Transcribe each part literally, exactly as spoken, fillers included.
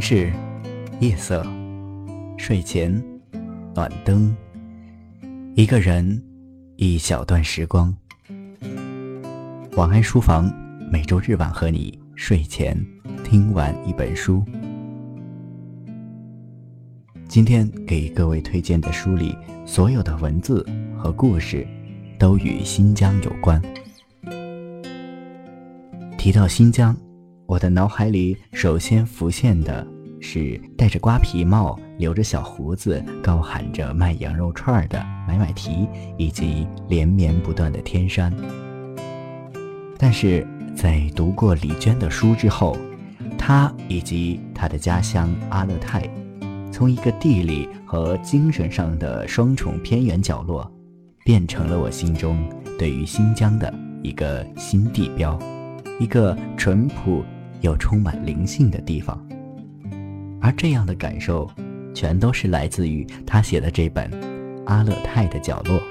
市，夜色，睡前，暖灯，一个人，一小段时光。晚安书房，每周日晚和你睡前听完一本书。今天给各位推荐的书里，所有的文字和故事都与新疆有关。提到新疆，我的脑海里首先浮现的是戴着瓜皮帽、留着小胡子、高喊着卖羊肉串的买买提，以及连绵不断的天山。但是在读过李娟的书之后，她以及她的家乡阿勒泰，从一个地理和精神上的双重偏远角落，变成了我心中对于新疆的一个新地标，一个淳朴又充满灵性的地方。而这样的感受全都是来自于他写的这本《阿勒泰的角落》。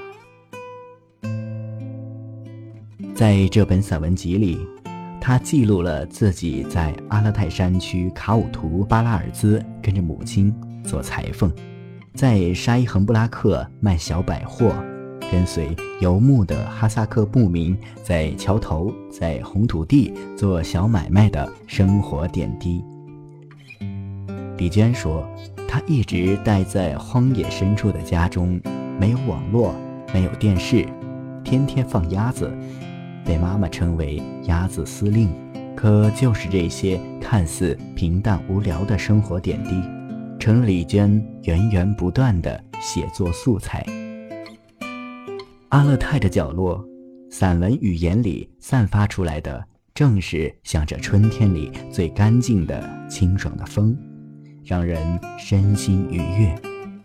在这本散文集里，他记录了自己在阿勒泰山区卡武图巴拉尔兹跟着母亲做裁缝，在沙伊恒布拉克卖小百货，跟随游牧的哈萨克牧民在桥头、在红土地做小买卖的生活点滴。李娟说，她一直待在荒野深处的家中，没有网络，没有电视，天天放鸭子，被妈妈称为鸭子司令。可就是这些看似平淡无聊的生活点滴，成了李娟源源不断的写作素材。阿勒泰的角落，散文语言里散发出来的正是像这春天里最干净的清爽的风，让人身心愉悦。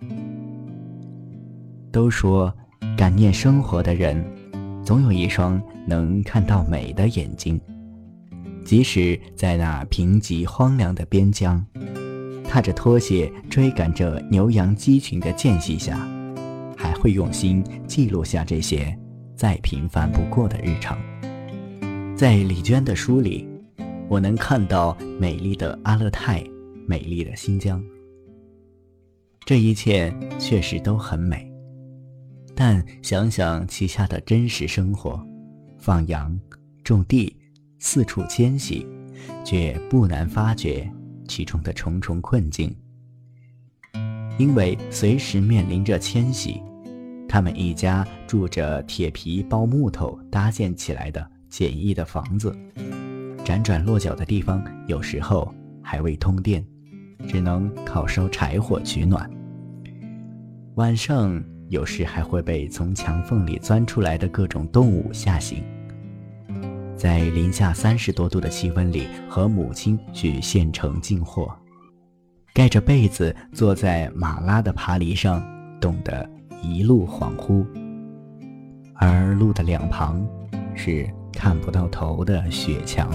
都说感念生活的人总有一双能看到美的眼睛，即使在那贫瘠荒凉的边疆，踏着拖鞋追赶着牛羊鸡群的间隙下，还会用心记录下这些再平凡不过的日常。在李娟的书里，我能看到美丽的阿勒泰，美丽的新疆。这一切确实都很美，但想想其下的真实生活，放羊、种地、四处迁徙，却不难发觉其中的重重困境。因为随时面临着迁徙，他们一家住着铁皮包木头搭建起来的简易的房子，辗转落脚的地方有时候还未通电，只能靠烧柴火取暖。晚上有时还会被从墙缝里钻出来的各种动物吓醒。在零下三十多度的气温里，和母亲去县城进货，盖着被子坐在马拉的爬犁上，冻得一路恍惚。而路的两旁是看不到头的雪墙。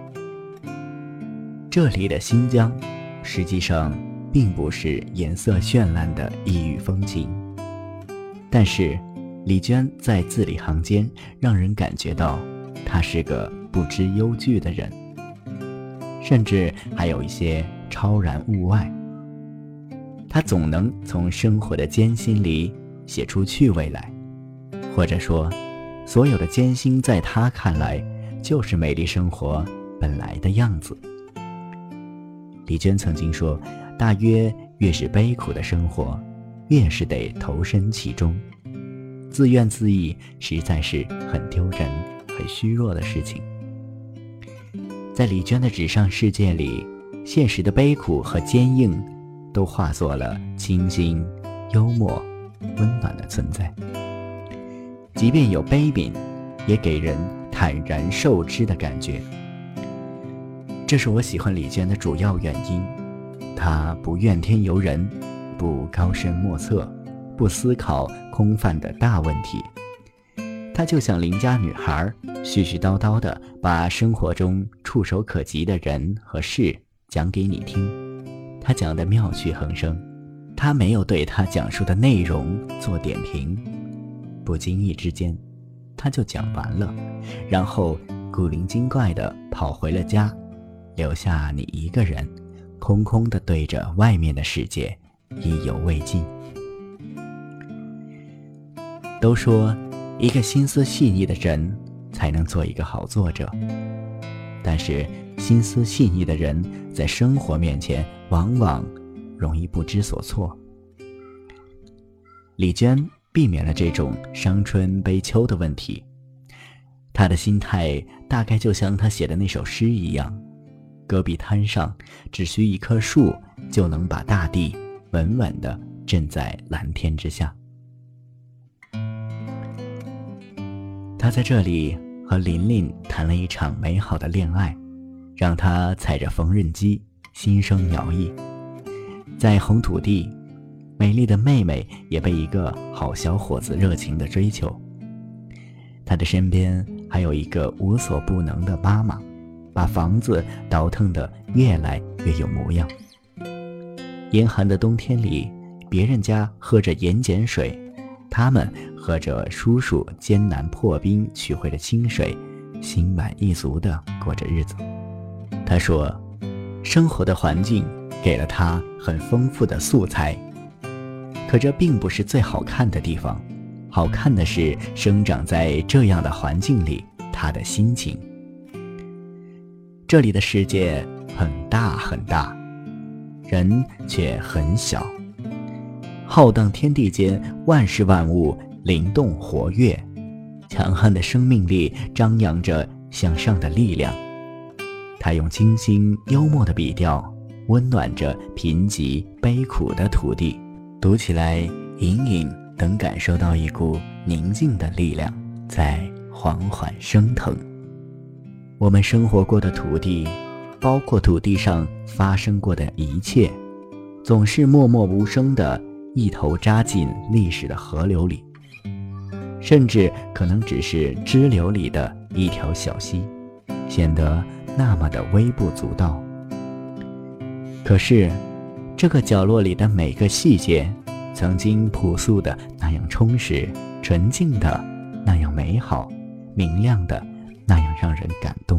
这里的新疆实际上并不是颜色绚烂的异域风情，但是李娟在字里行间让人感觉到她是个不知忧惧的人，甚至还有一些超然物外。她总能从生活的艰辛里写出趣味来，或者说所有的艰辛在她看来就是美丽生活本来的样子。李娟曾经说，大约越是悲苦的生活，越是得投身其中，自怨自艾实在是很丢人很虚弱的事情。在李娟的纸上世界里，现实的悲苦和坚硬都化作了清新、幽默、温暖的存在。即便有悲悯，也给人坦然受之的感觉。这是我喜欢李娟的主要原因。她不怨天尤人，不高深莫测，不思考空泛的大问题。她就像邻家女孩，絮絮叨叨地把生活中触手可及的人和事讲给你听。她讲得妙趣横生，她没有对她讲述的内容做点评，不经意之间她就讲完了，然后古灵精怪地跑回了家，留下你一个人空空地对着外面的世界，意犹未尽。都说一个心思细腻的人才能做一个好作者，但是心思细腻的人在生活面前往往容易不知所措。李娟避免了这种伤春悲秋的问题，她的心态大概就像她写的那首诗一样，戈壁滩上只需一棵树就能把大地稳稳地镇在蓝天之下。她在这里和琳琳谈了一场美好的恋爱，让她踩着缝纫机心生摇曳。在红土地，美丽的妹妹也被一个好小伙子热情地追求。她的身边还有一个无所不能的妈妈，把房子倒腾得越来越有模样。严寒的冬天里，别人家喝着盐碱水，他们喝着叔叔艰难破冰取回的清水，心满意足地过着日子。他说，生活的环境给了他很丰富的素材，可这并不是最好看的地方，好看的是生长在这样的环境里他的心情。这里的世界很大很大，人却很小，浩荡天地间，万事万物灵动活跃，强悍的生命力张扬着向上的力量。他用清新幽默的笔调温暖着贫瘠悲苦的土地，读起来隐隐能感受到一股宁静的力量在缓缓升腾。我们生活过的土地，包括土地上发生过的一切，总是默默无声地一头扎进历史的河流里，甚至可能只是支流里的一条小溪，显得那么的微不足道。可是这个角落里的每个细节，曾经朴素的那样充实，纯净的那样美好，明亮的那样让人感动。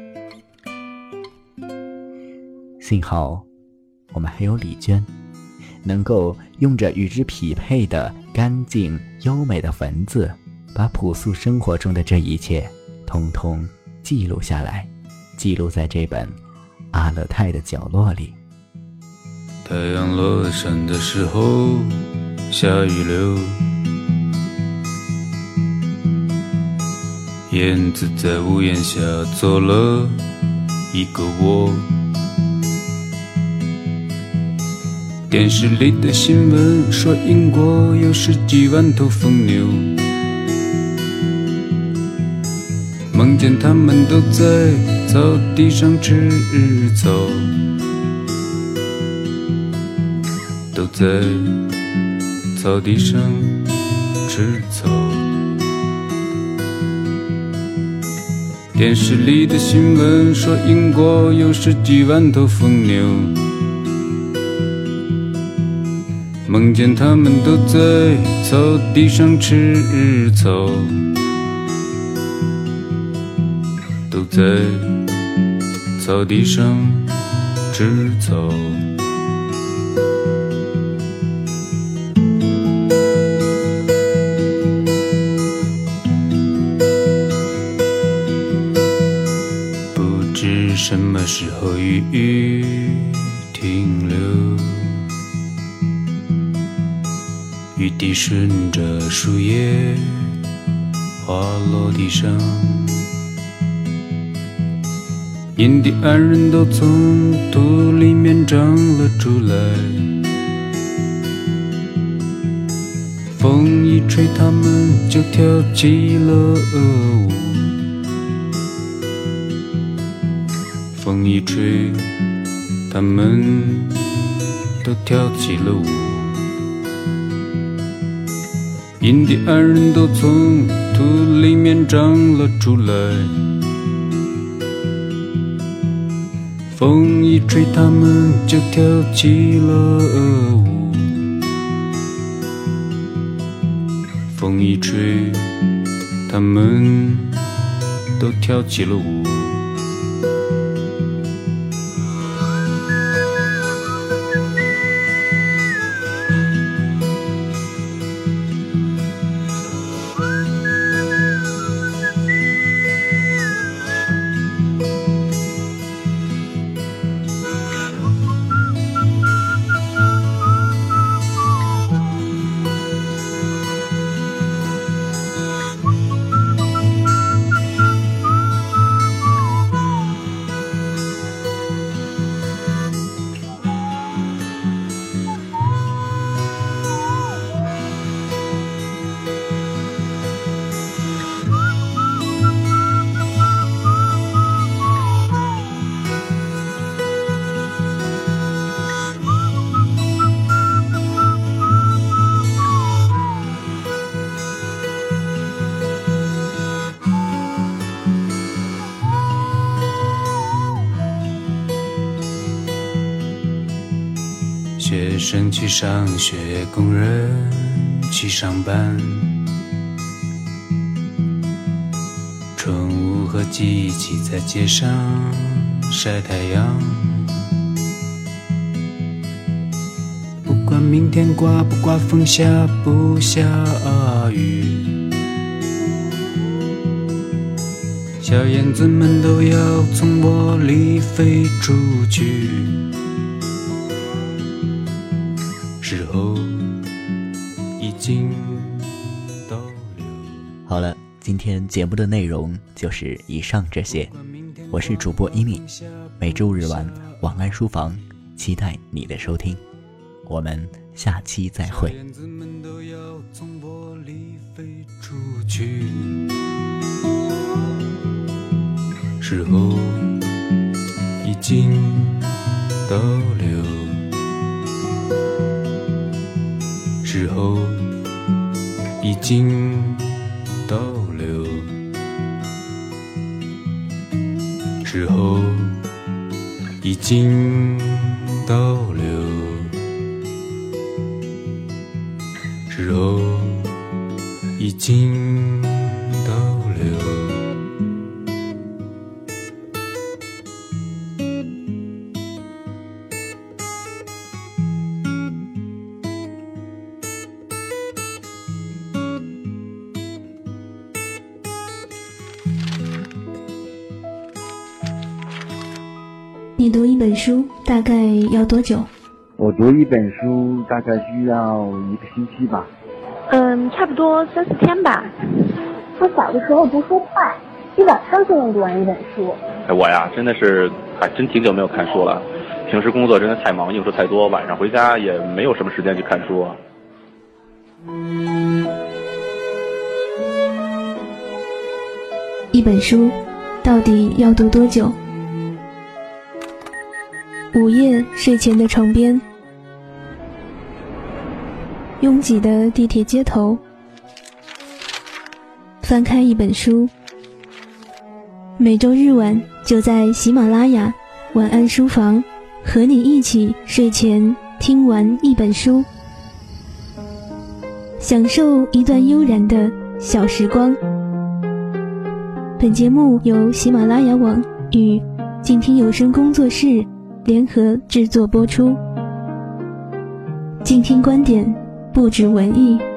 幸好我们还有李娟，能够用着与之匹配的干净优美的文字，把朴素生活中的这一切通通记录下来，记录在这本阿勒泰的角落里。 太阳落山的时候，下雨流，燕子在屋檐下做了一个窝。电视里的新闻说英国有十几万头疯牛，梦见他们都在草地上吃草，都在草地上吃草。电视里的新闻说英国有十几万头疯牛，梦见他们都在草地上吃草，都在草地上吃草。不知什么时候雨雨停留，雨滴顺着树叶滑落地上，印第安人都从土里面长了出来，风一吹他们就跳起了舞，风一吹他们都跳起了舞。印第安人都从土里面长了出来，风一吹他们就跳起了舞，风一吹他们都跳起了舞。 生去上学，工人去上班，春雾和记忆起在街上晒太阳。不管明天刮不刮风，下不下雨，小燕子们都要从窝里飞出去。时候已经倒流。 好了，今天节目的内容就是以上这些。我是主播伊米，每周日晚晚安书房，期待你的收听。我们下期再会。 小燕子们都要从窝里飞出去。时候已经倒流。时候已经倒流。时候已经倒流。时候已经倒流。 你读一本书大概要多久？ 我读一本书大概需要一个星期吧。 嗯，差不多三四天吧。 我小的时候读书快，一晚上就能读完一本书。 哎，我呀，真的是还真挺久没有看书了。平时工作真的太忙，应酬太多，晚上回家也没有什么时间去看书。 一本书到底要读多久？午夜睡前的床边，拥挤的地铁街头，翻开一本书。每周日晚就在喜马拉雅晚安书房，和你一起睡前听完一本书，享受一段悠然的小时光。本节目由喜马拉雅网与静听有声工作室联合制作播出。静听观点，不止文艺。